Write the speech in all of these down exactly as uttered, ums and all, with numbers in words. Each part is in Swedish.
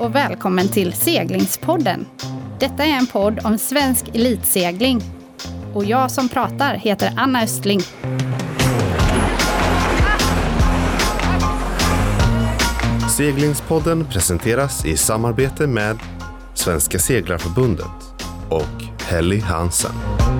och välkommen till Seglingspodden. Detta är en podd om svensk elitsegling. Och jag som pratar heter Anna Östling. Seglingspodden presenteras i samarbete med Svenska Seglarförbundet och Helly Hansen.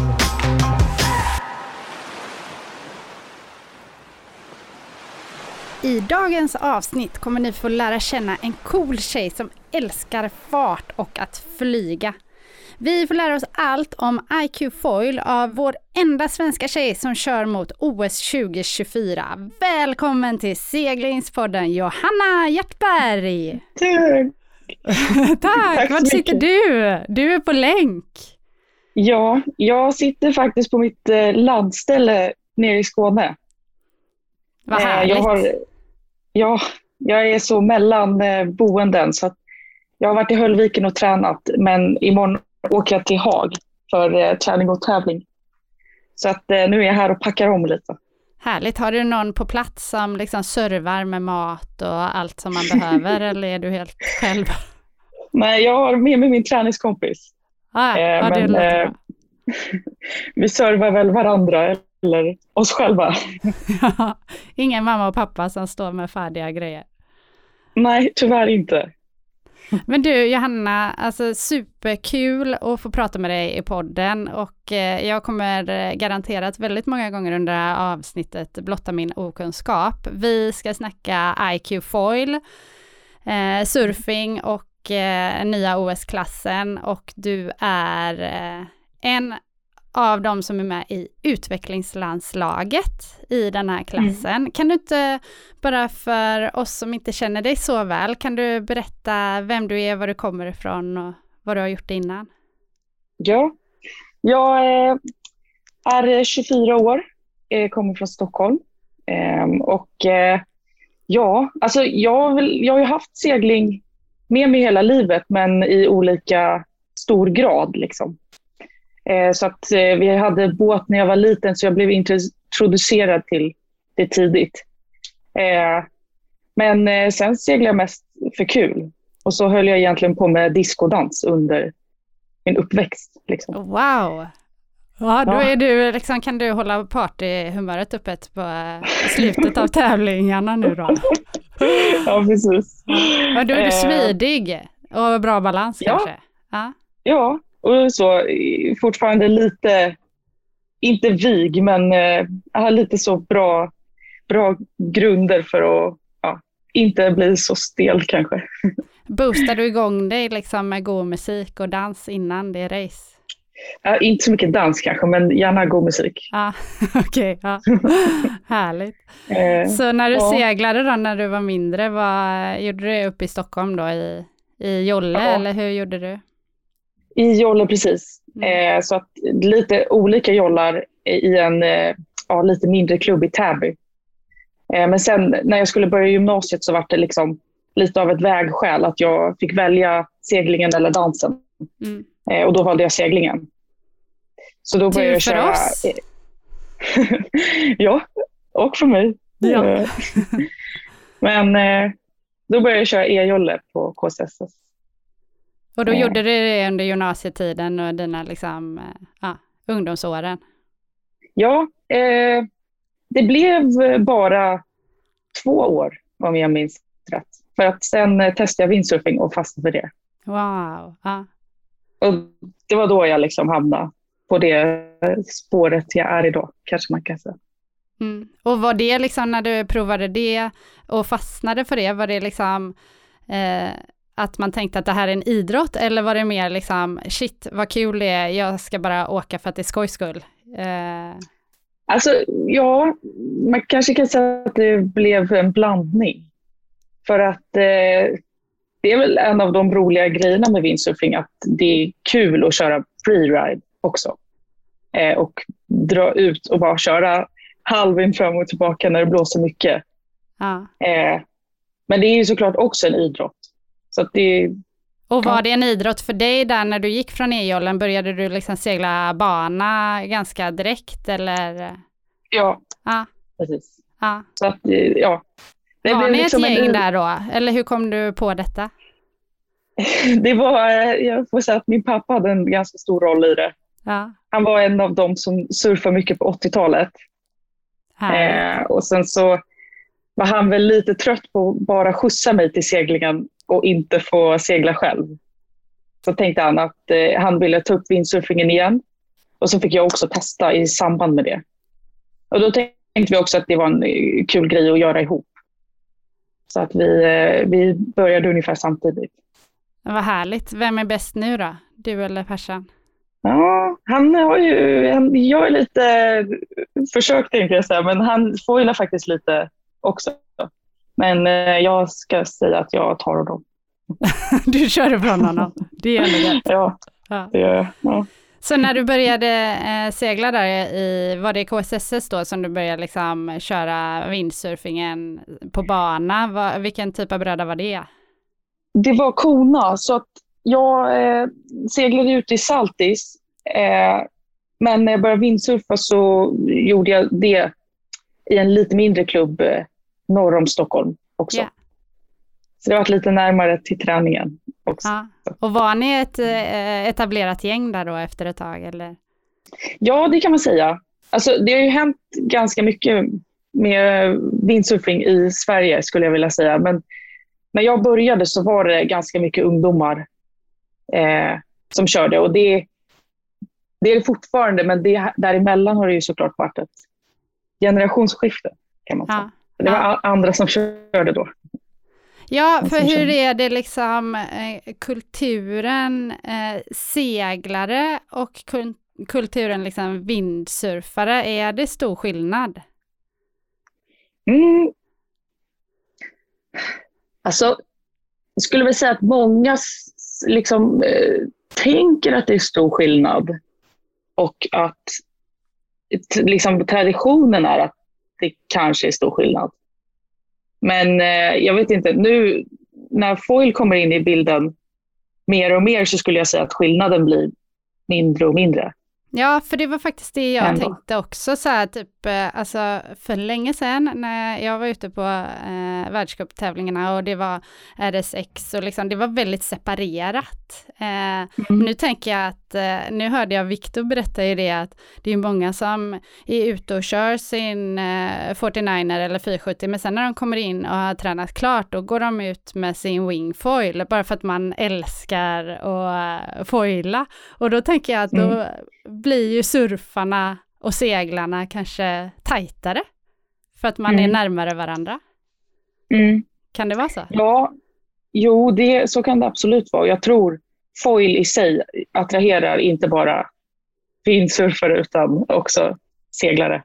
I dagens avsnitt kommer ni få lära känna en cool tjej som älskar fart och att flyga. Vi får lära oss allt om I Q Foil av vår enda svenska tjej som kör mot O S tjugo tjugofyra. Välkommen till Seglingspodden, Johanna Hjertberg! Tack! Tack! Var sitter du? Du är på länk. Ja, jag sitter faktiskt på mitt eh, landställe nere i Skåne. Vad härligt. Jag har, ja, jag är så mellan eh, boenden så att jag har varit i Höllviken och tränat, men imorgon åker jag till Haag för eh, träning och tävling. Så att eh, nu är jag här och packar om lite. Härligt. Har du någon på plats som liksom servar med mat och allt som man behöver eller är du helt själv? Nej, jag har med mig min träningskompis. Ah, eh, ja, det men, låter eh, bra. vi servar väl varandra eller oss själva. Ingen mamma och pappa som står med färdiga grejer. Nej, tyvärr inte. Men du Johanna, alltså superkul att få prata med dig i podden och eh, jag kommer garanterat väldigt många gånger under det här avsnittet blotta min okunskap. Vi ska snacka I Q Foil, eh, surfing och eh, nya O S-klassen och du är eh, en av de som är med i utvecklingslandslaget i den här klassen. Mm. Kan du inte, bara för oss som inte känner dig så väl, kan du berätta vem du är, var du kommer ifrån och vad du har gjort innan? Ja, jag är tjugofyra år, kommer från Stockholm och ja, alltså jag, jag har ju haft segling med mig hela livet men i olika stor grad liksom. Så att vi hade båt när jag var liten så jag blev introducerad till det tidigt. Men sen seglade jag mest för kul. Och så höll jag egentligen på med diskodans under min uppväxt. Liksom. Wow! Ja, då är du, liksom, kan du hålla partyhumöret uppe på slutet av tävlingarna nu då? Ja, precis. Ja, då är du smidig och bra balans ja. kanske? Ja, ja. Och så fortfarande lite, inte vig, men eh, jag har lite så bra, bra grunder för att ja, inte bli så stel kanske. Boostar du igång dig liksom med god musik och dans innan det är race? Ja, inte så mycket dans kanske, men gärna god musik. Ja, okej. Okay, ja. Härligt. Eh, så när du ja. seglade då när du var mindre, vad gjorde du uppe i Stockholm då i, i Jolle ja. eller hur gjorde du? I jolle precis. Mm. Eh, så att lite olika jollar i en eh, ja, lite mindre klubb i Täby. Eh, men sen när jag skulle börja gymnasiet så var det liksom lite av ett vägskäl att jag fick välja seglingen eller dansen. Mm. Eh, och då valde jag seglingen. Så då började jag köra... oss. Ja, och för mig. Ja. Men eh, då började jag köra e-jolle på K S S. Och då gjorde du det under gymnasietiden och dina liksom, ja, ungdomsåren? Ja, eh, det blev bara två år om jag minns rätt. För att sen eh, testade jag windsurfing och fastnade för det. Wow! Ah. Och det var då jag liksom hamnade på det spåret jag är idag, kanske man kan säga. Mm. Och var det liksom när du provade det och fastnade för det, var det liksom... Eh, att man tänkte att det här är en idrott eller var det mer liksom shit vad kul det är, jag ska bara åka för att det är skojs skull? Eh. Alltså ja, man kanske kan säga att det blev en blandning. För att eh, det är väl en av de roliga grejerna med windsurfing att det är kul att köra freeride också. Eh, och dra ut och bara köra halvvind fram och tillbaka när det blåser mycket. Ja. Eh, men det är ju såklart också en idrott. Så att det, och var det en idrott för dig där när du gick från e-jollen? Började du liksom segla bana ganska direkt eller? Ja, ja. precis. Ja. Så att, ja. Det var blev ni liksom ett gäng en... där då? Eller hur kom du på detta? det var, jag får säga att min pappa hade en ganska stor roll i det. Ja. Han var en av dem som surfade mycket på åttiotalet. Eh, och sen så var han väl lite trött på att bara skjutsa mig till seglingen och inte få segla själv. Så tänkte han att eh, han ville ta upp windsurfingen igen. Och så fick jag också testa i samband med det. Och då tänkte vi också att det var en kul grej att göra ihop. Så att vi, eh, vi började ungefär samtidigt. Vad härligt. Vem är bäst nu då? Du eller farsan? Ja, han har ju, han, jag är lite försökt tänkte jag säga, men han foilar faktiskt lite också. Men eh, jag ska säga att jag tar honom. Du kör ifrån honom. Det är ändå rätt. Ja, Ja. det gör jag. Ja. Så när du började eh, segla där i, var det K S S S då som du började liksom köra windsurfingen på bana? Va, vilken typ av bräda var det? Det var Kona, så att jag eh, seglade ut i Saltis. Eh, men när jag började windsurfa så gjorde jag det i en lite mindre klubb eh, norr om Stockholm också. Yeah. Så det var lite närmare till träningen också. Ja. Och var ni ett eh, etablerat gäng där då efter ett tag? Eller? Ja, det kan man säga. Alltså, det har ju hänt ganska mycket med windsurfing i Sverige skulle jag vilja säga. Men när jag började så var det ganska mycket ungdomar eh, som körde. Och det, det är det fortfarande, men det, däremellan har det ju såklart varit ett generationsskifte kan man säga. Ja. Det var ja. andra som körde då. Ja, för hur är det liksom eh, kulturen eh, seglare och kul- kulturen liksom vindsurfare, är det stor skillnad? Mm. Alltså, jag skulle väl säga att många liksom eh, tänker att det är stor skillnad och att t- liksom traditionen är att det kanske är stor skillnad. Men eh, jag vet inte, nu när foil kommer in i bilden mer och mer så skulle jag säga att skillnaden blir mindre och mindre. Ja, för det var faktiskt det jag Ändå. tänkte också så här, typ, alltså för länge sedan när jag var ute på eh, världscuptävlingarna och det var R S X och liksom, det var väldigt separerat. Eh, mm. Nu tänker jag att, eh, nu hörde jag Victor berätta ju det att det är många som är ute och kör sin eh, fyrtionio eller fyrahundrasjuttio, men sen när de kommer in och har tränat klart då går de ut med sin wingfoil bara för att man älskar att foila. Och då tänker jag att då mm. blir ju surfarna och seglarna kanske tajtare för att man mm. är närmare varandra. Mm. Kan det vara så? Ja, jo, det, så kan det absolut vara. Jag tror foil i sig attraherar inte bara windsurfare utan också seglare.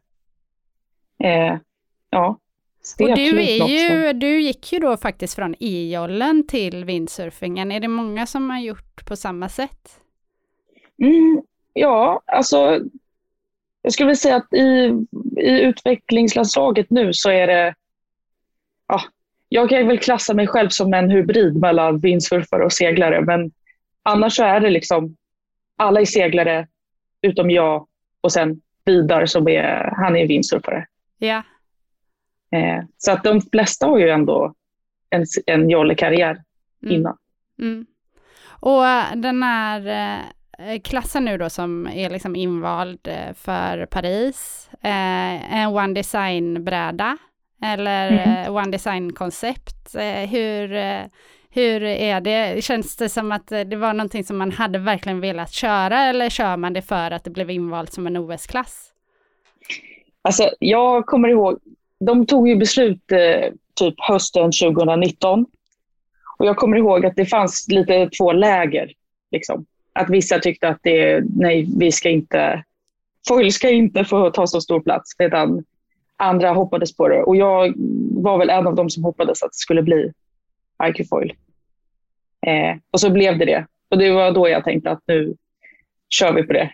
Eh, ja. Och du, är ju, du gick ju då faktiskt från e-jollen till windsurfingen. Är det många som har gjort på samma sätt? Mm. Ja, alltså jag skulle vilja säga att i, i utvecklingslandslaget nu så är det, ja, jag kan väl klassa mig själv som en hybrid mellan windsurfare och seglare, men annars så är det liksom alla är seglare utom jag och sen Vidar som är, han är windsurfare. Ja. Eh, så att de flesta har ju ändå en, en jollekarriär mm. innan. Mm. Och den här klassen nu då som är liksom invald för Paris, eh, en One Design-bräda eller mm. One Design-koncept. Eh, hur, hur är det? Känns det som att det var någonting som man hade verkligen velat köra eller kör man det för att det blev invald som en O S-klass? Alltså, jag kommer ihåg, de tog ju beslut eh, typ hösten tjugonitton och jag kommer ihåg att det fanns lite två läger liksom. Att vissa tyckte att det, nej, vi ska inte, foil ska inte få ta så stor plats, medan andra hoppades på det. Och jag var väl en av dem som hoppades att det skulle bli I Q Foil. Eh, och så blev det det. Och det var då jag tänkte att nu kör vi på det.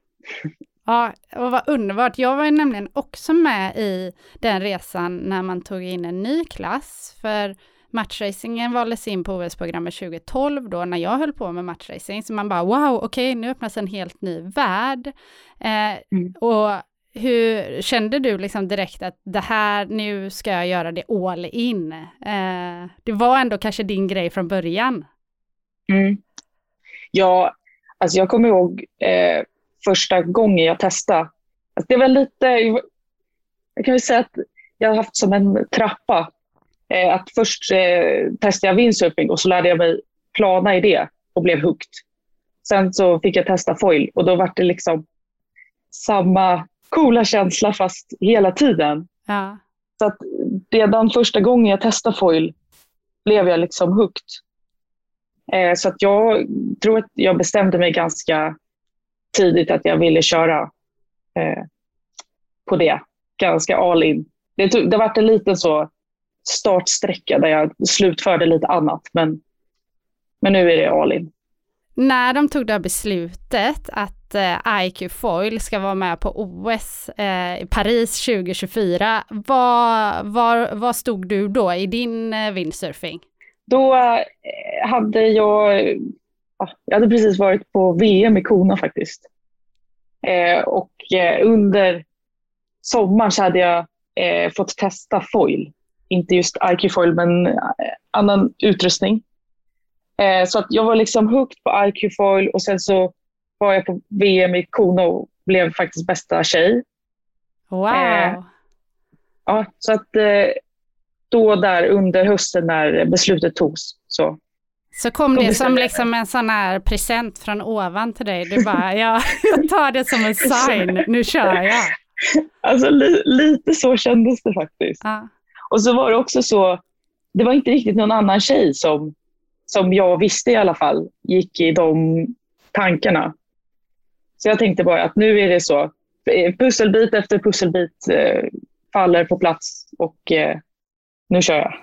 Ja, och vad underbart. Jag var ju nämligen också med i den resan när man tog in en ny klass, för matchracingen valdes in på O S-programmet tjugohundratolv då när jag höll på med matchracing. Så man bara, wow, okej, okay, nu öppnas en helt ny värld. Eh, mm. Och hur kände du liksom direkt att det här, nu ska jag göra det all in? Eh, det var ändå kanske din grej från början. Mm. Ja, alltså jag kommer ihåg eh, första gången jag testade. Alltså det var lite, jag kan väl säga att jag har haft som en trappa. Eh, att först eh, testade jag windsurfing och så lärde jag mig plana i det och blev hooked. Sen så fick jag testa foil och då var det liksom samma coola känsla fast hela tiden. Ja. Så att redan första gången jag testade foil blev jag liksom hooked. Eh, så att jag tror att jag bestämde mig ganska tidigt att jag ville köra eh, på det. Ganska all in. Det, det var en liten så startsträcka där jag slutförde lite annat. Men, men nu är det all in. När de tog det här beslutet att eh, I Q Foil ska vara med på O S eh, i Paris tjugo tjugofyra, var, var, var stod du då i din eh, windsurfing? Då eh, hade jag, ja, jag hade precis varit på V M i Kona faktiskt. Eh, och eh, under sommaren så hade jag eh, fått testa foil. Inte just I Q Foil men eh, annan utrustning. Eh, så att jag var liksom hooked på I Q Foil och sen så var jag på V M i Kona och blev faktiskt bästa tjej. Wow! Eh, ja, så att eh, då där under hösten när beslutet togs så. Så kom det som liksom en sån här present från ovan till dig. Du bara, ja, jag tar det som en sign, nu kör jag. Alltså li- lite så kändes det faktiskt. Ja. Och så var det också så, det var inte riktigt någon annan tjej som, som jag visste i alla fall gick i de tankarna. Så jag tänkte bara att nu är det så, pusselbit efter pusselbit eh, faller på plats och eh, nu kör jag.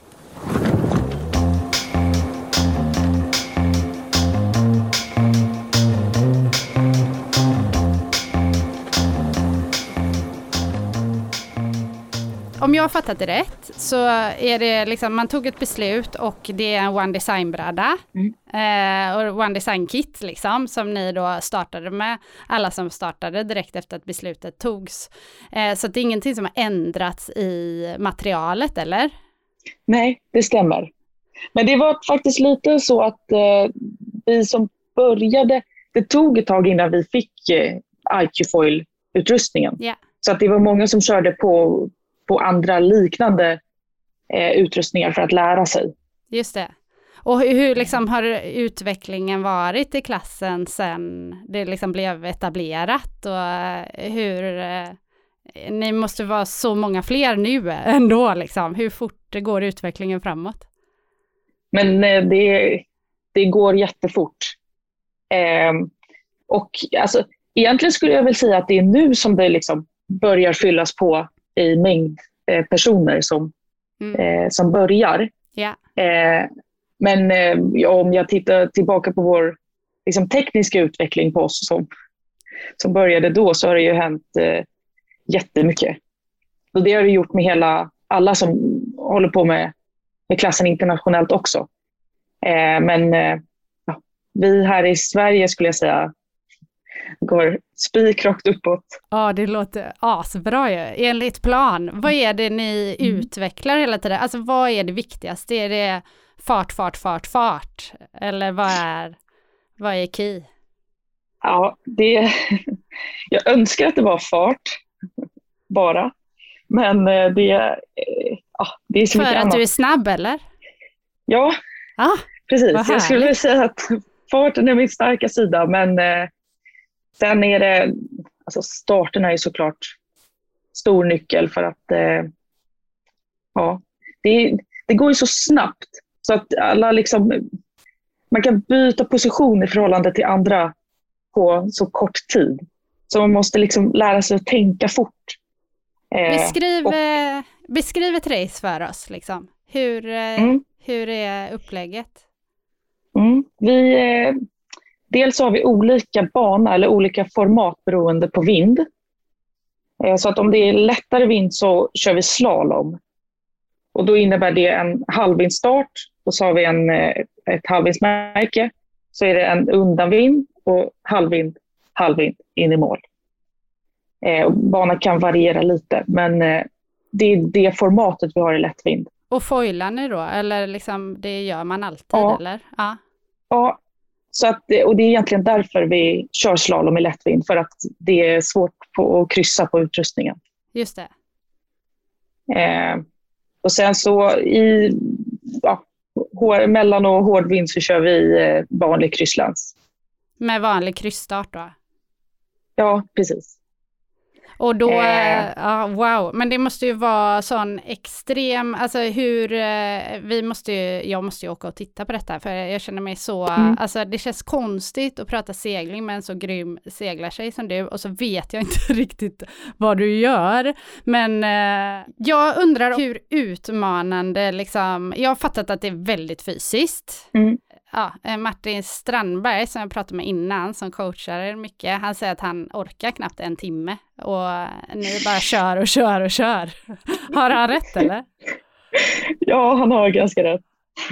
Om jag har fattat det rätt så är det liksom, man tog ett beslut och det är en One Design-bräda mm. eh, och One Design-kit liksom, som ni då startade med, alla som startade direkt efter att beslutet togs. Eh, så det är ingenting som har ändrats i materialet, eller? Nej, det stämmer. Men det var faktiskt lite så att eh, vi som började, det tog ett tag innan vi fick eh, I Q Foil-utrustningen. Yeah. Så att det var många som körde på på andra liknande eh, utrustningar för att lära sig. Just det. Och hur, hur liksom har utvecklingen varit i klassen sen det liksom blev etablerat? Och hur, eh, ni måste vara så många fler nu ändå. Liksom. Hur fort går utvecklingen framåt? Men eh, det, det går jättefort. Eh, och alltså, egentligen skulle jag väl säga att det är nu som det liksom börjar fyllas på i mängd eh, personer som, mm. eh, som börjar. Yeah. Eh, men eh, ja, om jag tittar tillbaka på vår liksom, tekniska utveckling på oss som, som började då, så har det ju hänt eh, jättemycket. Och det har det gjort med hela, alla som håller på med, med klassen internationellt också. Eh, men eh, ja, vi här i Sverige skulle jag säga går spikrakt uppåt. Ja, det låter asbra ju. Enligt plan, vad är det ni mm. utvecklar hela tiden? Alltså vad är det viktigaste? Är det fart, fart, fart, fart? Eller vad är, vad är key? Ja, det, jag önskar att det var fart bara. Men det, ja, det är så mycket annat. För att du är snabb, eller? Ja, ah, precis. Jag skulle säga att farten är min starka sida, men sen är det, alltså starten är såklart stor nyckel för att eh, ja, det, det går ju så snabbt så att alla liksom, man kan byta position i förhållande till andra på så kort tid. Så man måste liksom lära sig att tänka fort. Eh, beskriv, och, beskriv ett race för oss. Liksom. Hur, mm. hur är upplägget? Mm, vi... Eh, Dels har vi olika bana eller olika format beroende på vind. Så att om det är lättare vind så kör vi slalom. Och då innebär det en halvvindstart. Och så har vi en, ett halvvindsmärke. Så är det en undanvind och halvvind, halvvind in i mål. Och banan kan variera lite, men det är det formatet vi har i lättvind. Och foilar ni då? Eller liksom, det gör man alltid? Ja. Eller? Ja. Ja, så att, och det är egentligen därför vi kör slalom i lättvind, för att det är svårt på att kryssa på utrustningen. Just det. Eh, och sen så i ja, hår, mellan och hårdvind så kör vi eh, vanlig krysslands. Med vanlig kryssstart då? Ja, precis. Och då, Eh. ja, wow, men det måste ju vara sån extrem, alltså hur, eh, vi måste ju, jag måste ju åka och titta på detta, för jag känner mig så, mm. alltså det känns konstigt att prata segling med en så grym seglartjej som du, och så vet jag inte riktigt vad du gör, men eh, jag undrar hur utmanande, liksom, jag har fattat att det är väldigt fysiskt. Mm. Ja, Martin Strandberg som jag pratade med innan, som coachar er mycket, han säger att han orkar knappt en timme och ni bara kör och kör och kör. Har han rätt eller? Ja, han har ganska rätt.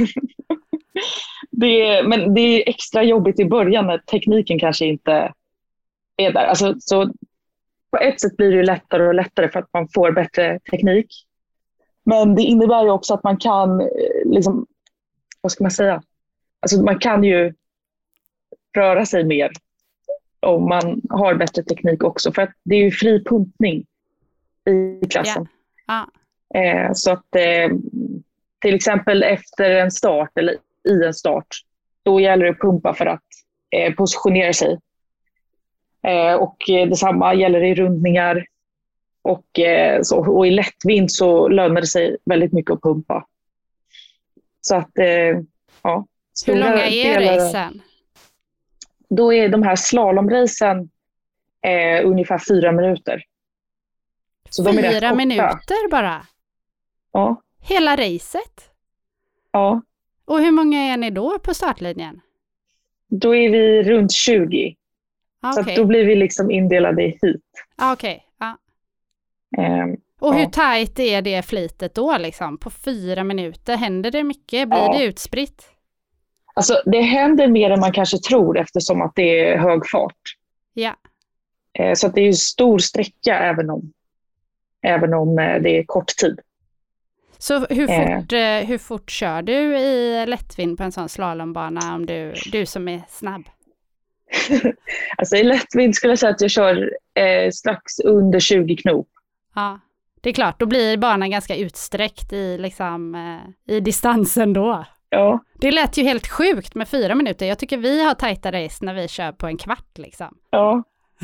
det är, men det är extra jobbigt i början när tekniken kanske inte är där. Alltså, så på ett sätt blir det lättare och lättare för att man får bättre teknik. Men det innebär ju också att man kan, liksom, vad ska man säga? Alltså man kan ju röra sig mer om man har bättre teknik också. För att det är ju fri pumpning i klassen. Yeah. Ah. Eh, så att eh, till exempel efter en start eller i en start, då gäller det att pumpa för att eh, positionera sig. Eh, och eh, detsamma gäller i rundningar. Och, eh, så, och i lättvind så lönar det sig väldigt mycket att pumpa. Så att, eh, ja. Hur långa är racen? Då är de här slalomracen eh, ungefär fyra minuter. Så fyra de är rätt minuter bara? Ja. Hela racet? Ja. Och hur många är ni då på startlinjen? Då är vi runt tjugo. Ah, så okay. då blir vi liksom indelade i hit. Ah, Okej, okay. ah. eh, Och hur ja. tajt är det flitet då liksom? På fyra minuter? Händer det mycket? Blir ja. det utspritt? Alltså det händer mer än man kanske tror eftersom att det är hög fart. Ja. Eh, så att det är en stor sträcka även om, även om eh, det är kort tid. Så hur fort, eh. hur fort kör du i lättvind på en sån slalombana om du, du som är snabb? Alltså i lättvind skulle jag säga att jag kör eh, strax under tjugo knop. Ja, det är klart. Då blir banan ganska utsträckt i, liksom, eh, i distansen då. Ja. Det lät ju helt sjukt med fyra minuter. Jag tycker vi har tajta race när vi kör på en kvart liksom. Ja.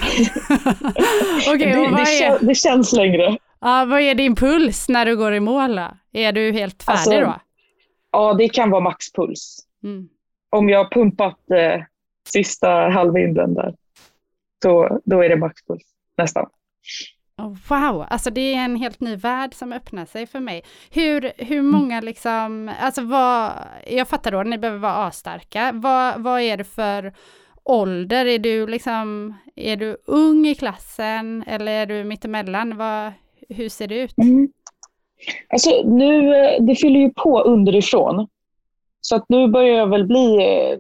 okay, det, och vad det, är... kän, det känns längre. Ja, vad är din puls när du går i mål då? Är du helt färdig alltså, då? Ja, det kan vara maxpuls. Mm. Om jag har pumpat eh, sista halvvinden där, då, då är det maxpuls nästan. Oh, wow, alltså det är en helt ny värld som öppnar sig för mig. Hur, hur många liksom, alltså vad, jag fattar då, ni behöver vara asstarka. Vad, vad är det för ålder? Är du liksom, är du ung i klassen eller är du mittemellan? Vad, hur ser det ut? Mm. Alltså nu, det fyller ju på underifrån. Så att nu börjar jag väl bli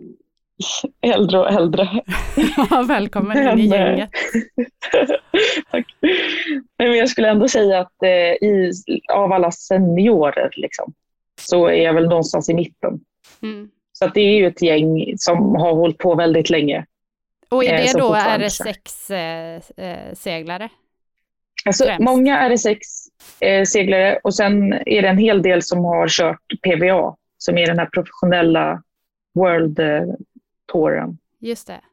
äldre och äldre. Ja, välkommen in i gänget. Tack. Men jag skulle ändå säga att eh, i, av alla seniorer liksom, så är jag väl någonstans i mitten. Mm. Så att det är ju ett gäng som har hållit på väldigt länge. Och är det eh, då R S sex-seglare? Eh, alltså, många R S sex-seglare och sen är det en hel del som har kört P V A som är den här professionella World Touren. Just det.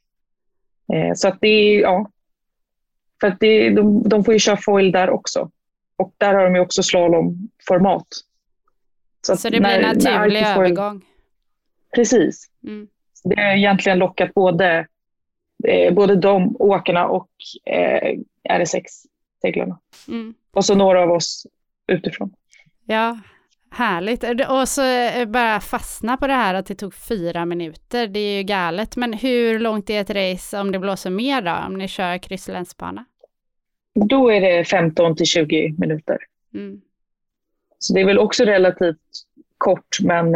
Eh, så att det är, ja. För att det, de, de får ju köra foil där också. Och där har de ju också slalomformat. Så, så det blir en naturlig övergång? Precis. Mm. Det har egentligen lockat både, eh, både de åkarna och eh, R S sex-seglarna. Mm. Och så några av oss utifrån. Ja, härligt. Och så bara fastna på det här att det tog fyra minuter. Det är ju galet. Men hur långt är ett race om det blåser mer då? Om ni kör krysslänsbana? Då är det femton till tjugo minuter. Mm. Så det är väl också relativt kort, men,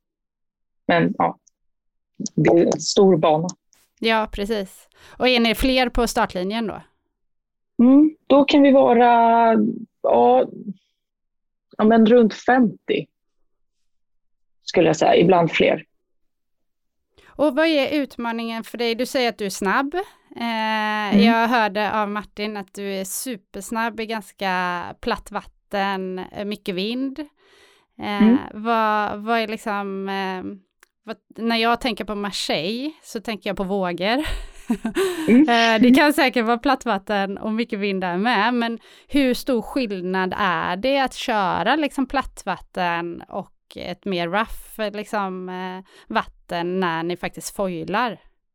men ja, det är en stor bana. Ja, precis. Och är ni fler på startlinjen då? Mm, då kan vi vara ja, ja, men runt femtio skulle jag säga, ibland fler. Och vad är utmaningen för dig? Du säger att du är snabb. Eh, Mm. Jag hörde av Martin att du är supersnabb i ganska platt vatten, eh, mycket vind. Eh, Mm. vad, vad är liksom... Eh, vad, när jag tänker på Marseille så tänker jag på vågor. Mm. eh, det kan säkert vara platt vatten och mycket vind där med. Men hur stor skillnad är det att köra liksom platt vatten och ett mer rough liksom, eh, vatten när ni faktiskt foilar?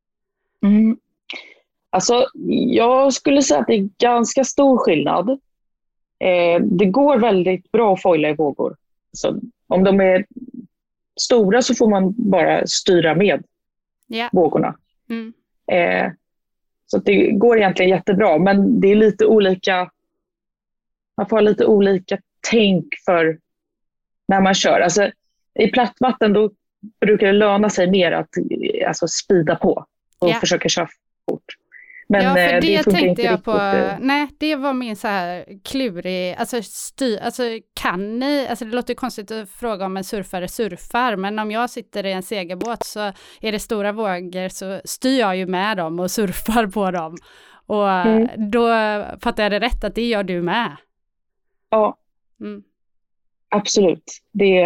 Mm. Alltså, jag skulle säga att det är ganska stor skillnad. Eh, det går väldigt bra att foila i vågor. Så om de är stora så får man bara styra med Ja. vågorna. Mm. Eh, så att det går egentligen jättebra, men det är lite olika. Man får ha lite olika tänk för när man kör. Alltså, i plattvatten då brukar det löna sig mer att alltså, speeda på och Ja. försöka köra fort. Men Ja, för eh, det, det funkar tänkte inte jag riktigt. på. eh, Nej, det var min så här klurig, alltså, styr, alltså kan ni, alltså det låter konstigt att fråga om en surfare surfar, men om jag sitter i en segelbåt så är det stora vågor så styr jag ju med dem och surfar på dem. Och Mm. då fattar jag det rätt att det gör du med. Ja, Mm. absolut. Det,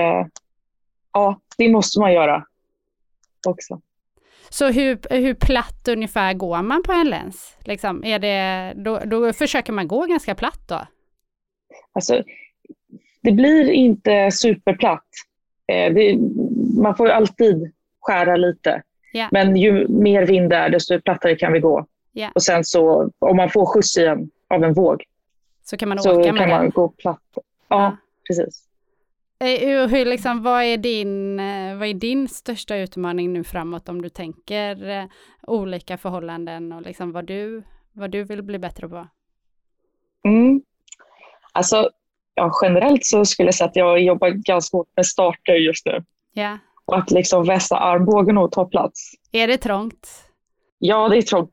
ja, det måste man göra också. Så hur, hur platt ungefär går man på en läns? Liksom, är det, då, då försöker man gå ganska platt då? Alltså, det blir inte superplatt. Eh, det, man får ju alltid skära lite. Ja. Men ju mer vind det är, desto plattare kan vi gå. Ja. Och sen så, om man får skjuts igen av en våg, Så kan man så åka med kan det. man gå platt. Ja, Ja. precis. Eh, Hur, hur liksom, vad, är din, eh, vad är din största utmaning nu framåt om du tänker eh, olika förhållanden och liksom vad, du, vad du vill bli bättre på? Mm. Alltså, ja, generellt så skulle jag säga att jag jobbar ganska hårt med starter just nu. Ja. Och att liksom vässa armbågen och ta plats. Är det trångt? Ja, det är trångt.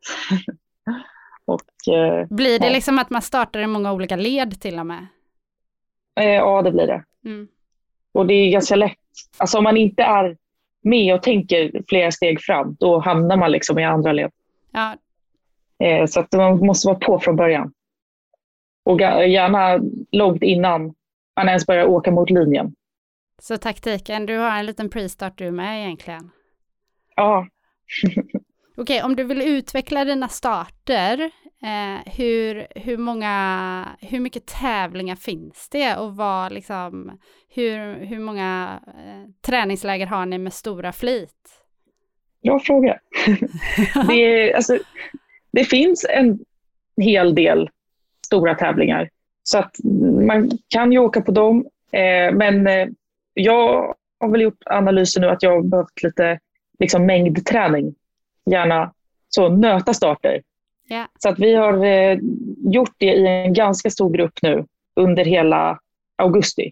och, eh, Blir det ja. liksom att man startar i många olika led till och med? eh, ja, det blir det. Mm. Och det är ganska lätt. Alltså om man inte är med och tänker flera steg fram, då hamnar man liksom i andra led. Ja, Eh, så att man måste vara på från början. Och ga- gärna långt innan man ens börjar åka mot linjen. så taktiken, du har en liten pre-start du med egentligen. Ja, Okej, om du vill utveckla dina starter, eh, hur, hur, många, hur mycket tävlingar finns det och vad, liksom, hur, hur många eh, träningsläger har ni med stora flit? bra fråga. det, är, alltså, det finns en hel del stora tävlingar. Så att man kan ju åka på dem. Eh, men eh, jag har väl gjort analysen nu att jag har behövt lite liksom, mängdträning. Gärna så nöta starter. Ja. Så att vi har eh, gjort det i en ganska stor grupp nu under hela augusti.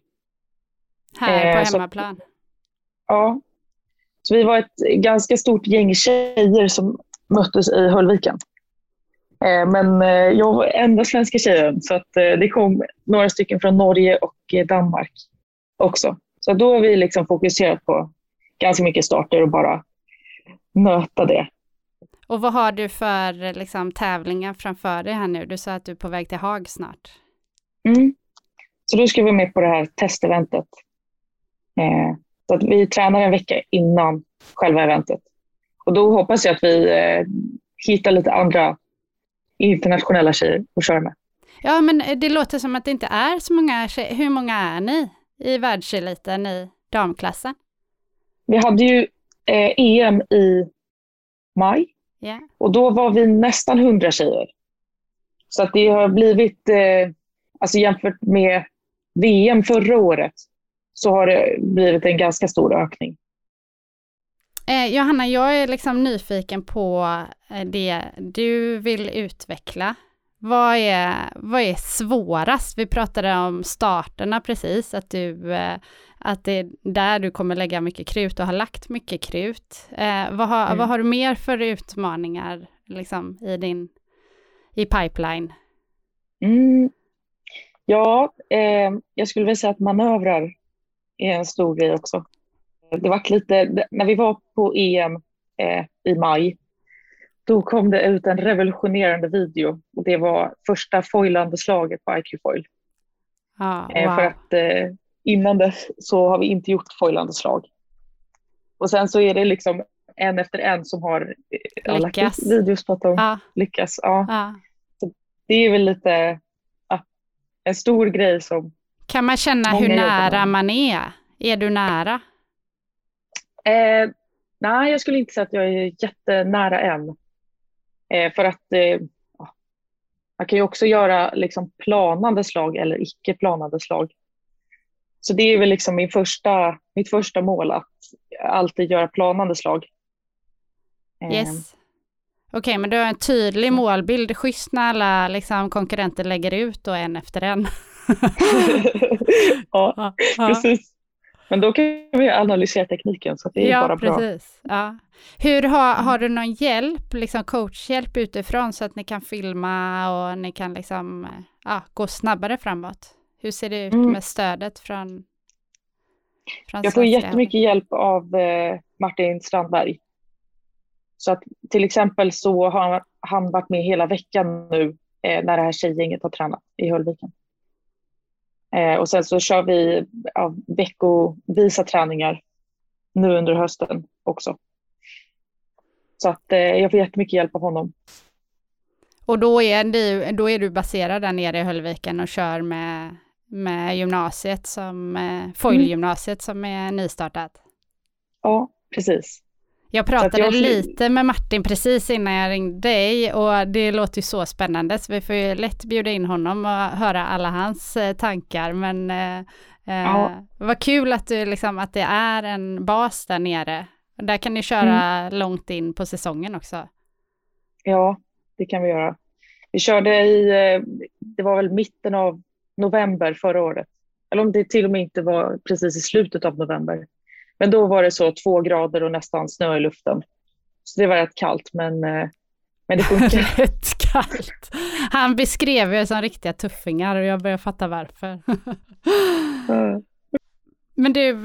Här Eh, på så- hemmaplan. Ja. Så vi var ett ganska stort gäng tjejer som möttes i Höllviken. Eh, men eh, jag var enda svenska tjejen, så att eh, det kom några stycken från Norge och eh, Danmark också. Så då har vi liksom fokuserat på ganska mycket starter och bara nöta det. Och vad har du för liksom, tävlingar framför dig här nu? Du sa att du är på väg till Haag snart. Mm. Så då ska vi vara med på det här testeventet. Eh, så att vi tränar en vecka innan själva eventet. Och då hoppas jag att vi eh, hittar lite andra internationella tjejer att köra med. Ja, men det låter som att det inte är så många tjejer. Hur många är ni i världseliten i damklassen? Vi hade ju eh, E M i maj Ja. och då var vi nästan hundra tjejer. Så att det har blivit, eh, alltså jämfört med V M förra året, så har det blivit en ganska stor ökning. Eh, Johanna, jag är liksom nyfiken på eh, det du vill utveckla. Vad är, vad är svårast? Vi pratade om starterna precis, att, du, eh, att det är där du kommer lägga mycket krut och har lagt mycket krut. Eh, vad, har, Mm. vad har du mer för utmaningar liksom, i din i pipeline? Mm. Ja, eh, jag skulle vilja säga att manövrar är en stor grej också. Det var lite, när vi var på E M eh, i maj. Då kom det ut en revolutionerande video. Och det var första foilande slaget på I Q Foil. Ah, wow. eh, för att eh, innan dess så har vi inte gjort foilande slag. Och sen så är det liksom en efter en som har eh, lagt videos på att de ah. lyckas. Ja. Ah. Så det är väl lite ah, en stor grej som... Kan man känna hur nära man är? Är du nära? Eh, nej, jag skulle inte säga att jag är jättenära än. Eh, för att eh, man kan ju också göra liksom planande slag eller icke planande slag. Så det är väl liksom min första, mitt första mål, att alltid göra planande slag. Yes. Okej, okay, men du har en tydlig så. målbild. Schysst när alla liksom, konkurrenter lägger ut och en efter en. ja, ja, precis. Men då kan vi analysera tekniken, så att det är ja, bara precis. bra. Ja. Hur har, har du någon hjälp, liksom coachhjälp utifrån så att ni kan filma och ni kan liksom, ja, gå snabbare framåt? Hur ser det ut mm. med stödet från, från Jag får jättemycket hjälp av eh, Martin Strandberg. Så att till exempel så har han, han varit med hela veckan nu eh, när det här tjejgänget har tränat i Höllviken. Eh, och sen så kör vi ja, veckovisa träningar nu under hösten också. Så att eh, jag får jättemycket hjälp av honom. Och då är, du, då är du baserad där nere i Höllviken och kör med, med gymnasiet som eh, foilgymnasiet mm. som är nystartat? Ja, precis. Jag pratade jag... lite med Martin precis innan jag ringde dig och det låter ju så spännande, så vi får ju lätt bjuda in honom och höra alla hans eh, tankar. Men eh, ja. eh, vad kul att, du, liksom, att det är en bas där nere. Där kan ni köra mm. långt in på säsongen också. Ja, det kan vi göra. Vi körde i, det var väl mitten av november förra året. Eller om det till och med inte var precis i slutet av november. Men då var det så två grader och nästan snö i luften. Så det var rätt kallt, men, men det funkar. Rätt kallt. Han beskrev ju som riktiga tuffingar och jag börjar fatta varför. mm. Men du,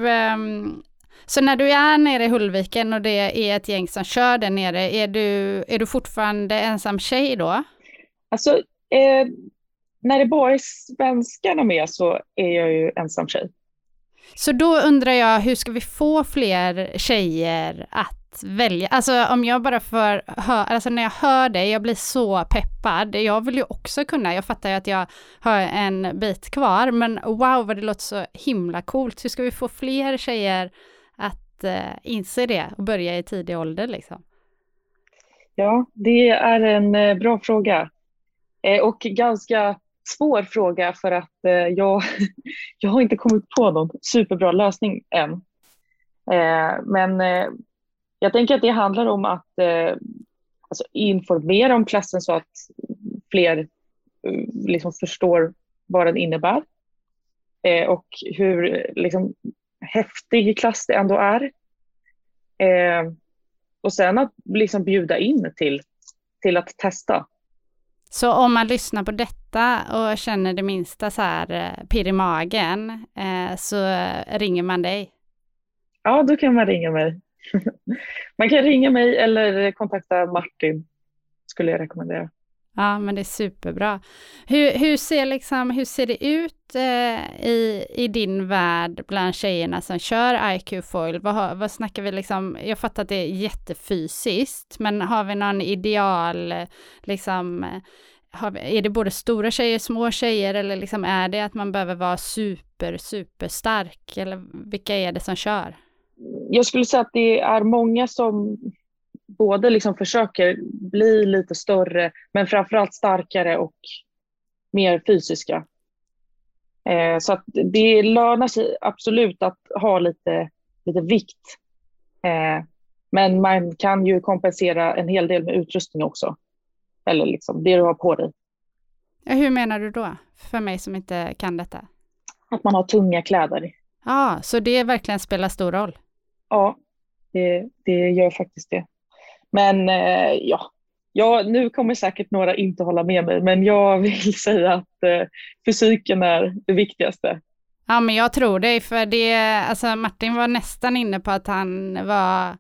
så när du är nere i Höllviken och det är ett gäng som kör där nere, är du, är du fortfarande ensam tjej då? Alltså, eh, när det bara är svenskarna med så är jag ju ensam tjej. Så då undrar jag, hur ska vi få fler tjejer att välja? Alltså om jag bara får höra, alltså när jag hör dig, jag blir så peppad. Jag vill ju också kunna, jag fattar ju att jag har en bit kvar, men wow vad det låter så himla coolt. Hur ska vi få fler tjejer att uh, inse det och börja i tidig ålder liksom? Ja, det är en uh, bra fråga. Eh, och ganska svår fråga för att eh, jag, jag har inte kommit på någon superbra lösning än. Eh, men eh, jag tänker att det handlar om att eh, alltså informera om klassen så att fler eh, liksom förstår vad den innebär. Eh, och hur liksom, häftig klass det ändå är. Eh, och sen att liksom, bjuda in till, till att testa. Så om man lyssnar på detta och känner det minsta så här pirr i magen eh, så ringer man dig? Ja, då kan man ringa mig. Man kan ringa mig eller kontakta Martin, skulle jag rekommendera. Ja, men det är superbra. Hur, hur, ser, liksom, hur ser det ut eh, i, i din värld bland tjejerna som kör I Q Foil? Vad, vad snackar vi liksom? Jag fattar att det är jättefysiskt, men har vi någon ideal, liksom, har vi, är det både stora tjejer, små tjejer, eller liksom är det att man behöver vara super, super stark? Eller vilka är det som kör? Jag skulle säga att det är många som både liksom försöker bli lite större, men framförallt starkare och mer fysiska. Eh, så att det lönar sig absolut att ha lite, lite vikt. Eh, men man kan ju kompensera en hel del med utrustning också. Eller liksom det du har på dig. Ja, hur menar du då? För mig som inte kan detta. Att man har tunga kläder. Ja, ah, så det verkligen spelar stor roll? Ja, det, det gör faktiskt det. Men eh, ja. ja, nu kommer säkert några inte hålla med mig, men jag vill säga att eh, fysiken är det viktigaste. Ja, men jag tror det, för det, alltså Martin var nästan inne på att han var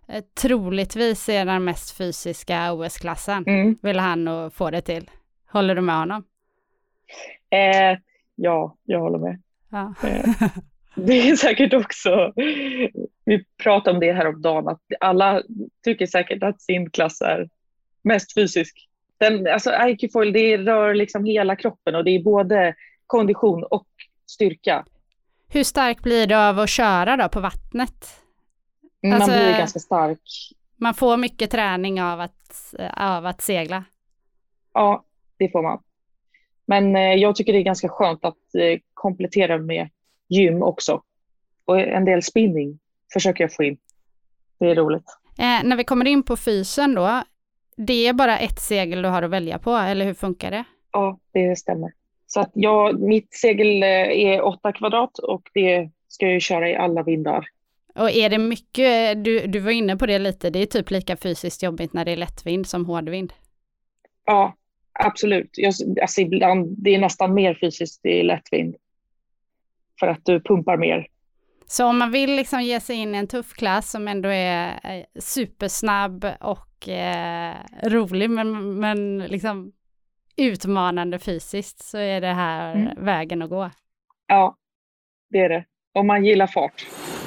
eh, troligtvis är den mest fysiska O S-klassen. Mm. Vill han nog få det till. Håller du med honom? Eh, ja, jag håller med. Ja. Eh, det är säkert också, vi pratade om det här om dagen, att alla tycker säkert att sin klass är mest fysisk. Den, alltså I Q foil, det rör liksom hela kroppen och det är både kondition och styrka. Hur stark blir du av att köra då på vattnet? Man Alltså, blir ganska stark. Man får mycket träning av att, av att segla. Ja, det får man. Men eh, jag tycker det är ganska skönt att eh, komplettera med gym också. Och en del spinning försöker jag få in. Det är roligt. Eh, när vi kommer in på fysen då, det är bara ett segel du har att välja på, eller hur funkar det? Ja, det stämmer. Så att jag, mitt segel är åtta kvadrat och det ska jag köra i alla vindar. Och är det mycket, du, du var inne på det lite, det är typ lika fysiskt jobbigt när det är lättvind som hårdvind. Ja, absolut. Jag, alltså ibland, det är nästan mer fysiskt i lättvind. För att du pumpar mer. Så om man vill liksom ge sig in i en tuff klass som ändå är eh, supersnabb och eh, rolig men, men liksom utmanande fysiskt, så är det här mm. vägen att gå. Ja, det är det. Om man gillar fart.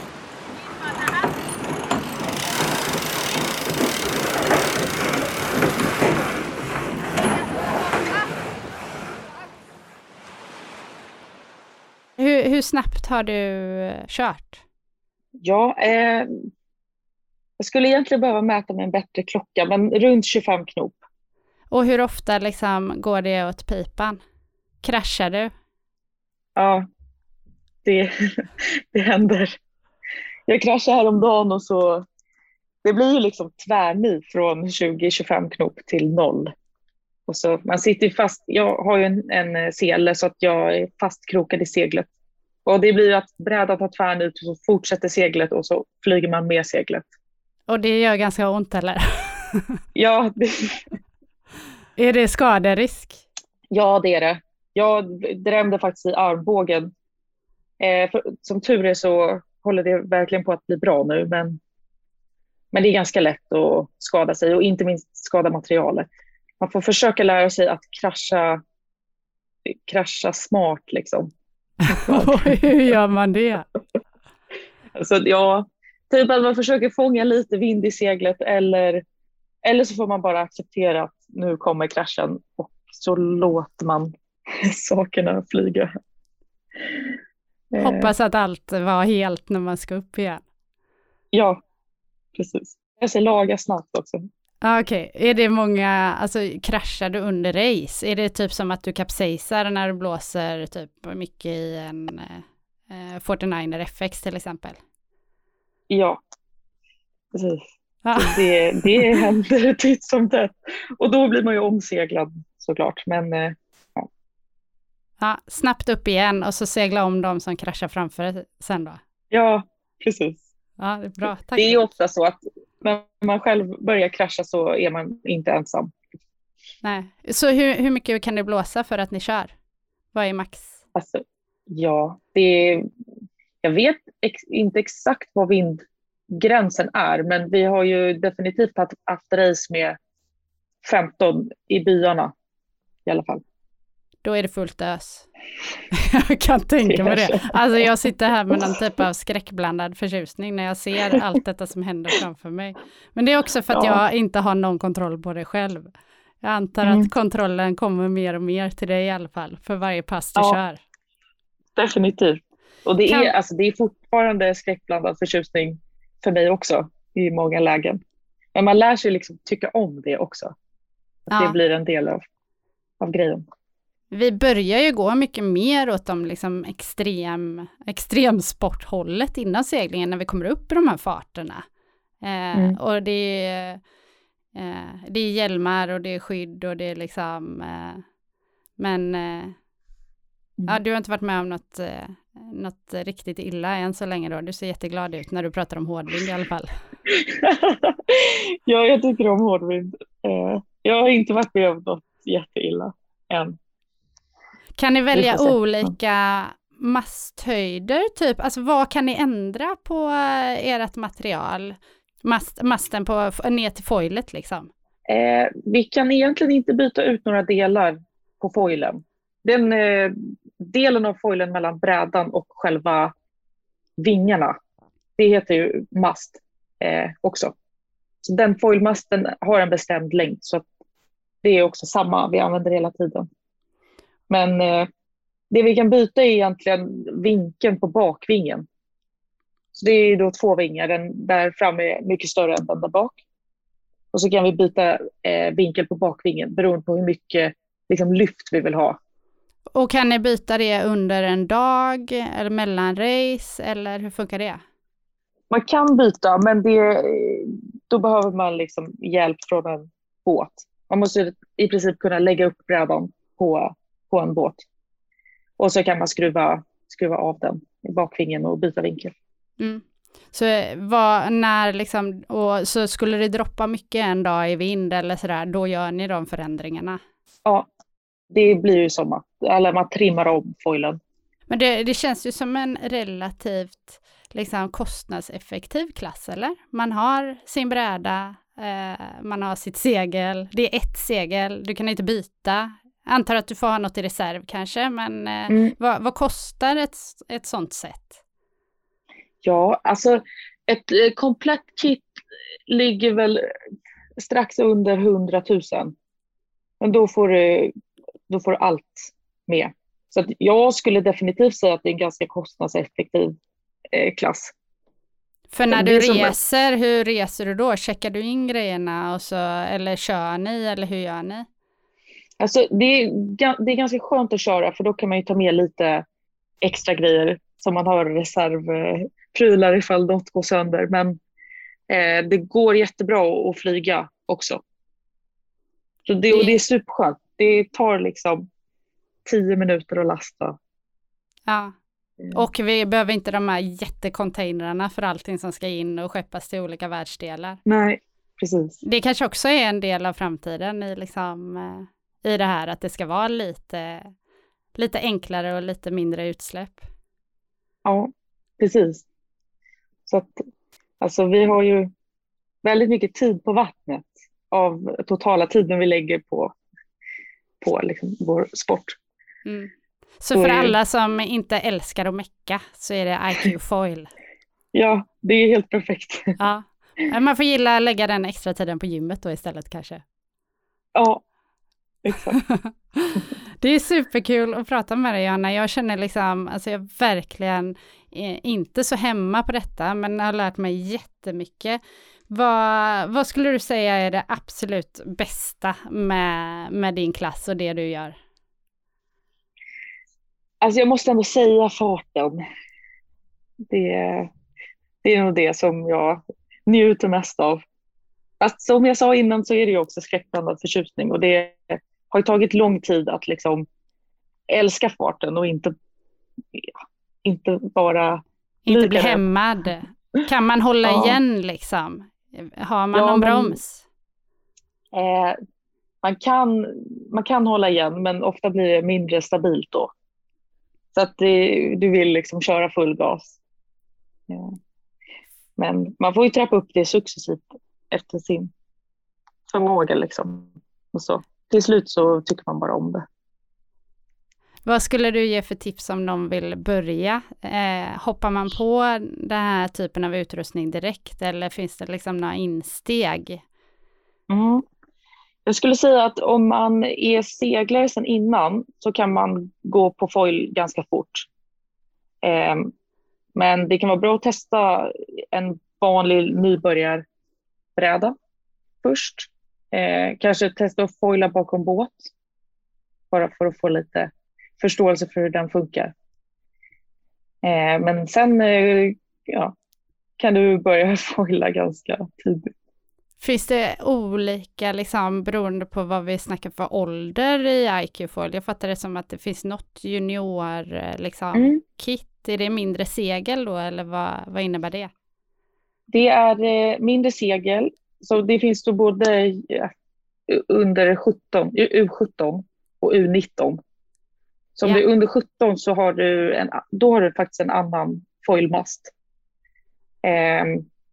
Hur, hur snabbt har du kört? Ja, eh, jag skulle egentligen behöva mäta med en bättre klocka, men runt tjugofem knop. Och hur ofta liksom går det åt pipan? Kraschar du? Ja, det, det händer. Jag kraschade häromdagen och så, det blir ju liksom tvärnit från tjugo till tjugofem knop till noll. Och så, man sitter fast, jag har ju en, en sele så att jag är fastkrokad i seglet. Och det blir ju att brädan tar tvärnit och så fortsätter seglet och så flyger man med seglet. Och det gör ganska ont eller? Ja, det... Är det skaderisk? Ja, det är det. Jag drämde faktiskt i armbågen. Eh, för, som tur är så håller det verkligen på att bli bra nu. Men, men det är ganska lätt att skada sig och inte minst skada materialet. Man får försöka lära sig att krascha, krascha smart liksom. Hur gör man det? Alltså, ja, typ att man försöker fånga lite vind i seglet eller, eller så får man bara acceptera att nu kommer kraschen och så låter man sakerna flyga. Hoppas att allt var helt när man ska upp igen. Ja, precis. Jag ska laga snabbt också. Okej, okay. Är det många, alltså kraschar du under race? Är det typ som att du kapsejsar när du blåser typ mycket i en eh, fyrtionio F X till exempel? Ja, precis. Ah. Det, det händer titt som tätt. Och då blir man ju omseglad såklart. Men, eh, ja. Ja, snabbt upp igen och så segla om de som kraschar framför sen då? Ja, precis. Ja, det är bra. Tack. Det är ofta så att när man själv börjar krascha så är man inte ensam. Nej. Så hur, hur mycket kan det blåsa för att ni kör? Vad är max? Alltså, ja, det är, jag vet ex, inte exakt vad vindgränsen är, men vi har ju definitivt haft, haft race med femton i byarna i alla fall. Då är det fullt ös. Jag kan tänka mig det. Alltså jag sitter här med någon typ av skräckblandad förtjusning när jag ser allt detta som händer framför mig. Men det är också för att ja. jag inte har någon kontroll på det själv. Jag antar mm. att kontrollen kommer mer och mer till dig i alla fall för varje pass du ja, kör. Definitivt. Och det, kan... är, alltså, det är fortfarande skräckblandad förtjusning för mig också i många lägen. Men man lär sig liksom tycka om det också. Att ja. Det blir en del av, av grejen. Vi börjar ju gå mycket mer åt de liksom extrem, extremsporthållet innan seglingen när vi kommer upp i de här farterna. Eh, mm. Och det är, eh, det är hjälmar och det är skydd och det är liksom... Eh, men eh, mm. ja, du har inte varit med om något, eh, något riktigt illa än så länge då. Du ser jätteglad ut när du pratar om hårdvind i alla fall. Ja, jag tycker om hårdvind. Eh, jag har inte varit med om något jätteilla än. Kan ni välja olika masthöjder typ? Alltså vad kan ni ändra på ert material? Mast, masten på, ner till foilet liksom? Eh, vi kan egentligen inte byta ut några delar på foilen. Den eh, delen av foilen mellan brädan och själva vingarna, det heter ju mast eh, också. Så den foilmasten har en bestämd längd, så att det är också samma vi använder hela tiden. Men eh, det vi kan byta är egentligen vinkeln på bakvingen. Så det är då två vingar, den där framme är mycket större än den där bak. Och så kan vi byta eh, vinkel på bakvingen beroende på hur mycket liksom, lyft vi vill ha. Och kan ni byta det under en dag eller mellan race, eller hur funkar det? Man kan byta, men det, då behöver man liksom hjälp från en båt. Man måste i princip kunna lägga upp brädan på, på en båt. Och så kan man skruva, skruva av den i bakvingen och byta vinkel. Mm. Så vad, när liksom, och så skulle det droppa mycket en dag i vind eller sådär, då gör ni de förändringarna? Ja, det blir ju som att eller man trimmar om foilen. Men det, det känns ju som en relativt liksom, kostnadseffektiv klass, eller? Man har sin bräda, eh, man har sitt segel, det är ett segel, du kan inte byta. Antar att du får ha något i reserv kanske, men eh, mm. vad, vad kostar ett, ett sånt set? Ja, alltså ett eh, komplett kit ligger väl strax under hundratusen. Men då får du, då får du allt med. Så att jag skulle definitivt säga att det är en ganska kostnadseffektiv eh, klass. För när du reser, hur reser du då? Checkar du in grejerna och så, eller kör ni, eller hur gör ni? Alltså det är, det är ganska skönt att köra, för då kan man ju ta med lite extra grejer som man har reservprylar ifall något går sönder. Men eh, det går jättebra att flyga också. Så det, och det är superskönt. Det tar liksom tio minuter att lasta. Ja, och vi behöver inte de här jättecontainrarna för allting som ska in och skeppas till olika världsdelar. Nej, precis. Det kanske också är en del av framtiden i, liksom, i det här att det ska vara lite, lite enklare och lite mindre utsläpp. Ja, precis. Så att, alltså vi har ju väldigt mycket tid på vattnet av totala tiden vi lägger på, på liksom vår sport. Mm. Så för alla som inte älskar att mecka så är det I Q Foil. Ja, det är helt perfekt. Ja. Man får gilla att lägga den extra tiden på gymmet då istället kanske. Ja, exakt. Det är superkul att prata med dig, Johanna. Jag känner liksom, alltså jag verkligen är inte så hemma på detta, men jag har lärt mig jättemycket. Vad, vad skulle du säga är det absolut bästa med, med din klass och det du gör? Alltså jag måste ändå säga farten. Det, det är nog det som jag njuter mest av. Fast som jag sa innan så är det ju också skräckblandad förtjusning. Och det har ju tagit lång tid att liksom älska farten och inte, inte bara... Inte bli hämmad. Kan man hålla ja. igen liksom? Har man ja, någon broms? Men, eh, man, kan, man kan hålla igen, men ofta blir det mindre stabilt då. Så att det, du vill liksom köra full gas. Ja. Men man får ju trappa upp det successivt efter sin förmåga liksom. Och så till slut så tycker man bara om det. Vad skulle du ge för tips om någon vill börja? Eh, hoppar man på den här typen av utrustning direkt, eller finns det liksom några insteg? Mm. Jag skulle säga att om man är seglare sedan innan så kan man gå på foil ganska fort. Eh, men det kan vara bra att testa en vanlig nybörjarbräda först. Eh, kanske testa att foila bakom båt. Bara för att få lite förståelse för hur den funkar. Eh, men sen eh, ja, kan du börja foila ganska tidigt. Finns det olika, liksom, beroende på vad vi snackar för ålder i I Q-foil? Jag fattar det som att det finns något junior liksom, mm. kit. Är det mindre segel då, eller vad, vad innebär det? Det är eh, mindre segel. Så det finns då både ja, under sjutton, U sjutton och U nitton. Så om ja. du är under sjutton så har du, en, då har du faktiskt en annan foilmast. Eh,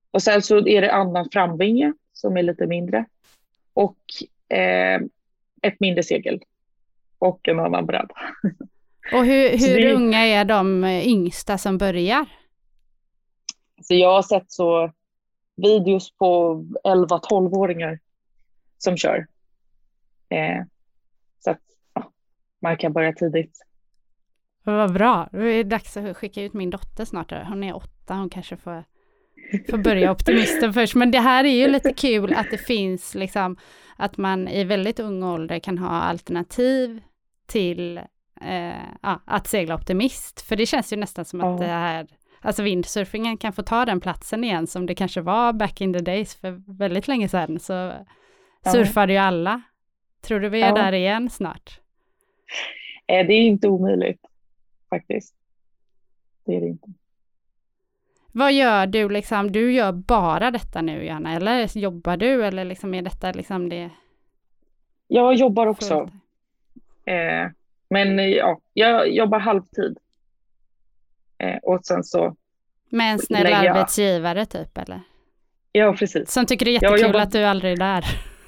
Och sen så är det annan framvinge som är lite mindre. Och eh, ett mindre segel. Och en annan bredd. Och hur, hur det, unga är de yngsta som börjar? Så jag har sett så videos på elva tolv-åringar som kör. Eh, så att ja, man kan börja tidigt. Vad bra. Det är dags att skicka ut min dotter snart. Hon är åtta. Hon kanske får, får börja optimisten först. Men det här är ju lite kul att det finns liksom, att man i väldigt ung ålder kan ha alternativ till eh, ja, att segla optimist. För det känns ju nästan som att ja. det här, alltså windsurfingen kan få ta den platsen igen som det kanske var back in the days för väldigt länge sedan. Så ja. surfade ju alla. Tror du vi är ja. där igen snart? Eh, det är inte omöjligt faktiskt. Det är det inte. Vad gör du liksom? Du gör bara detta nu, Johanna, eller jobbar du eller liksom är detta liksom det? Jag jobbar också. Eh, men ja, jag jobbar halvtid. Eh, och sen så med en snäll jag... arbetsgivare typ, eller? Ja, precis. Som tycker det är jättekul jobbar... att du aldrig är där.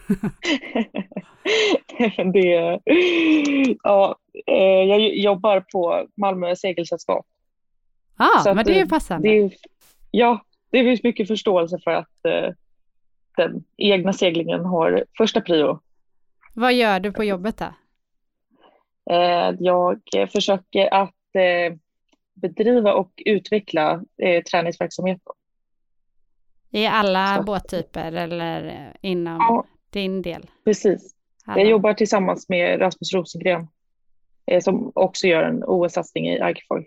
det, ja, eh, jag jobbar på Malmö segelsällskap. Ja, men det är ju passande. Det, ja, det finns mycket förståelse för att eh, den egna seglingen har första prio. Vad gör du på jobbet då? Eh, jag försöker att eh, bedriva och utveckla eh, träningsverksamheten. I alla Så. båttyper eller inom ja, din del? Precis. Alla. Jag jobbar tillsammans med Rasmus Rosengren eh, som också gör en O S-satsning i Agerfoil.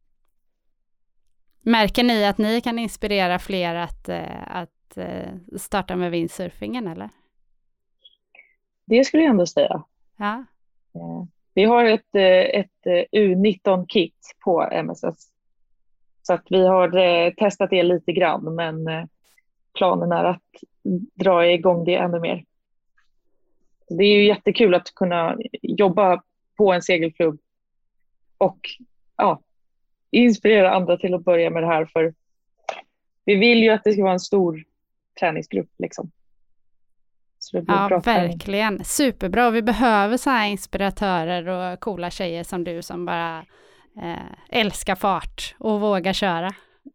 Märker ni att ni kan inspirera fler att, att starta med windsurfingen, eller? Det skulle jag ändå säga. Ja. Vi har ett, ett U nitton-kit på M S S. Så att vi har testat det lite grann, men planen är att dra igång det ännu mer. Det är ju jättekul att kunna jobba på en segelklubb och ja, inspirera andra till att börja med det här, för vi vill ju att det ska vara en stor träningsgrupp liksom. Så det blir ja, bra verkligen. Träning. Superbra. Vi behöver så här inspiratörer och coola tjejer som du som bara eh, älskar fart och vågar köra.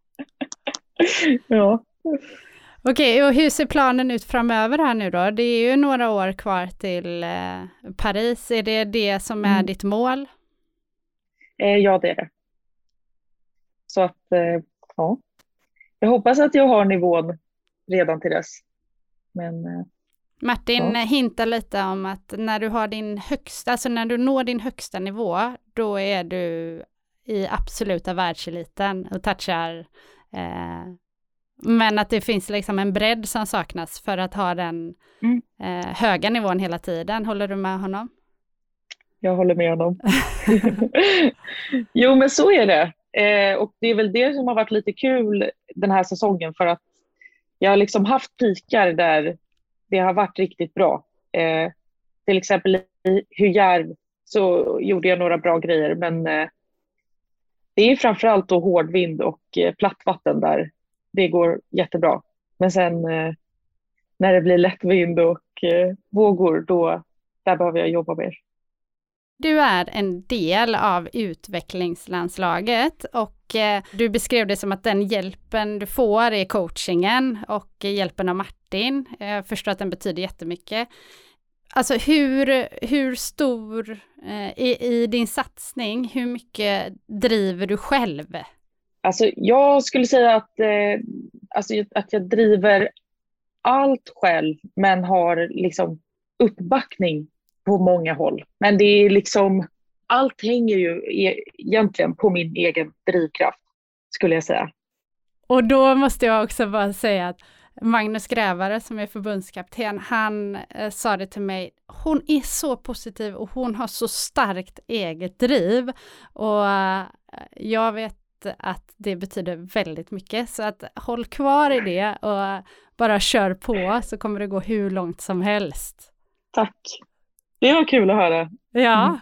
Ja. Okej, och hur ser planen ut framöver här nu då? Det är ju några år kvar till eh, Paris. Är det det som är mm. ditt mål? Eh, ja, det är det. Så att, eh, ja. Jag hoppas att jag har nivån redan till dess. Men, eh, Martin ja. hintar lite om att när du har din högsta, alltså när du når din högsta nivå, då är du i absoluta världseliten och touchar. Eh, men att det finns liksom en bredd som saknas för att ha den mm. eh, höga nivån hela tiden. Håller du med honom? Jag håller med honom. Jo, men så är det. Eh, och det är väl det som har varit lite kul den här säsongen, för att jag har liksom haft pikar där det har varit riktigt bra. Eh, till exempel i Hujärv så gjorde jag några bra grejer, men eh, det är framförallt då hårdvind och eh, plattvatten där det går jättebra. Men sen eh, när det blir lättvind och eh, vågor, då där behöver jag jobba mer. Du är en del av utvecklingslandslaget och eh, du beskrev det som att den hjälpen du får är coachingen och hjälpen av Martin. Jag förstår att den betyder jättemycket. Alltså hur, hur stor eh, i, i din satsning, hur mycket driver du själv? Alltså jag skulle säga att, eh, alltså, att jag driver allt själv, men har liksom uppbackning på många håll. Men det är liksom, allt hänger ju egentligen på min egen drivkraft, skulle jag säga. Och då måste jag också bara säga att Magnus Grävare som är förbundskapten, han eh, sa det till mig, hon är så positiv och hon har så starkt eget driv. Och eh, jag vet att det betyder väldigt mycket. Så att håll kvar i det och bara kör på, så kommer det gå hur långt som helst. Tack. Det var kul att höra. Ja.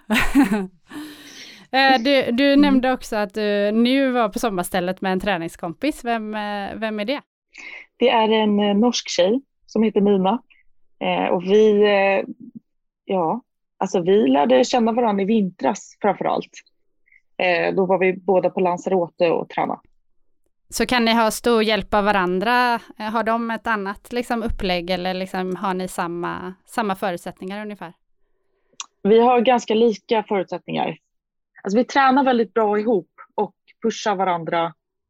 du, du nämnde också att du nu var på sommarstället med en träningskompis. Vem, vem är det? det är en eh, norsk tjej som heter Mina. Eh, och vi, eh, ja, alltså vi lärde känna varandra i vintras framförallt. Eh, då var vi båda på Lanzarote och tränade. Så kan ni ha stor hjälp av varandra? Har de ett annat liksom, upplägg eller liksom, har ni samma, samma förutsättningar ungefär? Vi har ganska lika förutsättningar. Alltså vi tränar väldigt bra ihop och pushar varandra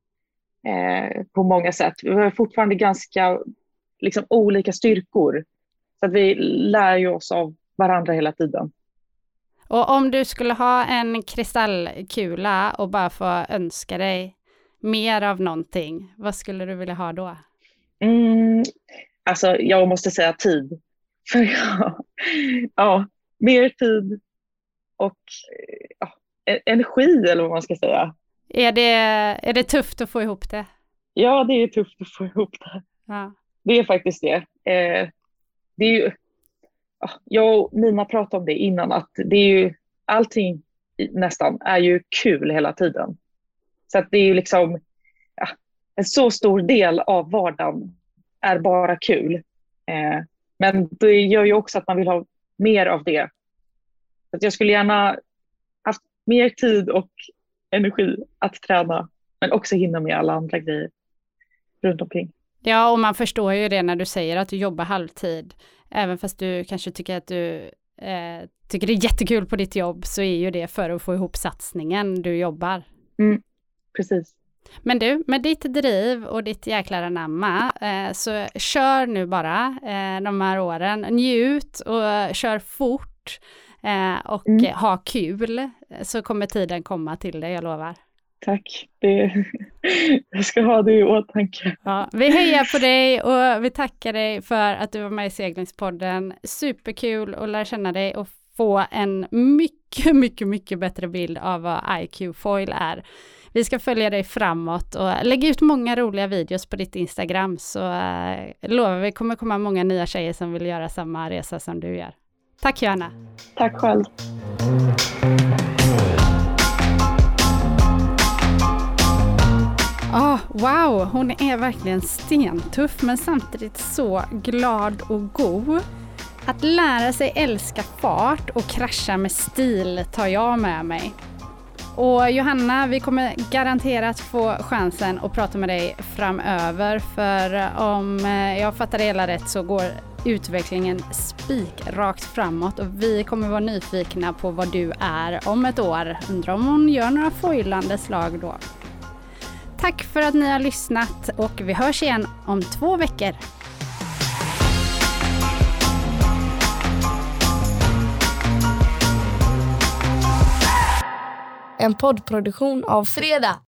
eh, på många sätt. Vi har fortfarande ganska liksom, olika styrkor. Så att vi lär ju oss av varandra hela tiden. Och om du skulle ha en kristallkula och bara få önska dig mer av någonting, vad skulle du vilja ha då? Mm, alltså jag måste säga tid. För ja, ja mer tid och ja, energi eller vad man ska säga. Är det, är det tufft att få ihop det? Ja, det är tufft att få ihop det. Ja. Det är faktiskt det. Eh, det är ju, ja, jag och Nina pratade om det innan, att det är ju, allting nästan är ju kul hela tiden. Så att det är ju liksom ja, en så stor del av vardagen är bara kul. Eh, men det gör ju också att man vill ha mer av det. Så att jag skulle gärna haft mer tid och energi att träna, men också hinna med alla andra grejer runt omkring. Ja, och man förstår ju det när du säger att du jobbar halvtid. Även fast du kanske tycker att du eh, tycker det är jättekul på ditt jobb, så är ju det för att få ihop satsningen du jobbar. Mm, precis. Men du, med ditt driv och ditt jäkla anamma, eh, så kör nu bara eh, de här åren. Njut och kör fort eh, och Mm. ha kul, så kommer tiden komma till dig, jag lovar. Tack. Det, jag ska ha det i åtanke. Ja, vi hejar på dig och vi tackar dig för att du var med i Seglingspodden. Superkul att lära känna dig och få en mycket, mycket, mycket bättre bild av vad I Q Foil är. Vi ska följa dig framåt och lägga ut många roliga videos på ditt Instagram, så äh, lovar vi kommer komma många nya tjejer som vill göra samma resa som du gör. Tack Johanna. Tack själv. Oh, wow, hon är verkligen stentuff men samtidigt så glad och god. Att lära sig älska fart och krascha med stil tar jag med mig. Och Johanna, vi kommer garanterat få chansen att prata med dig framöver, för om jag fattar det hela rätt så går utvecklingen spikrakt framåt och vi kommer vara nyfikna på vad du är om ett år. Undrar om hon gör några foilande slag då. Tack för att ni har lyssnat och vi hörs igen om två veckor. En poddproduktion av Fredag.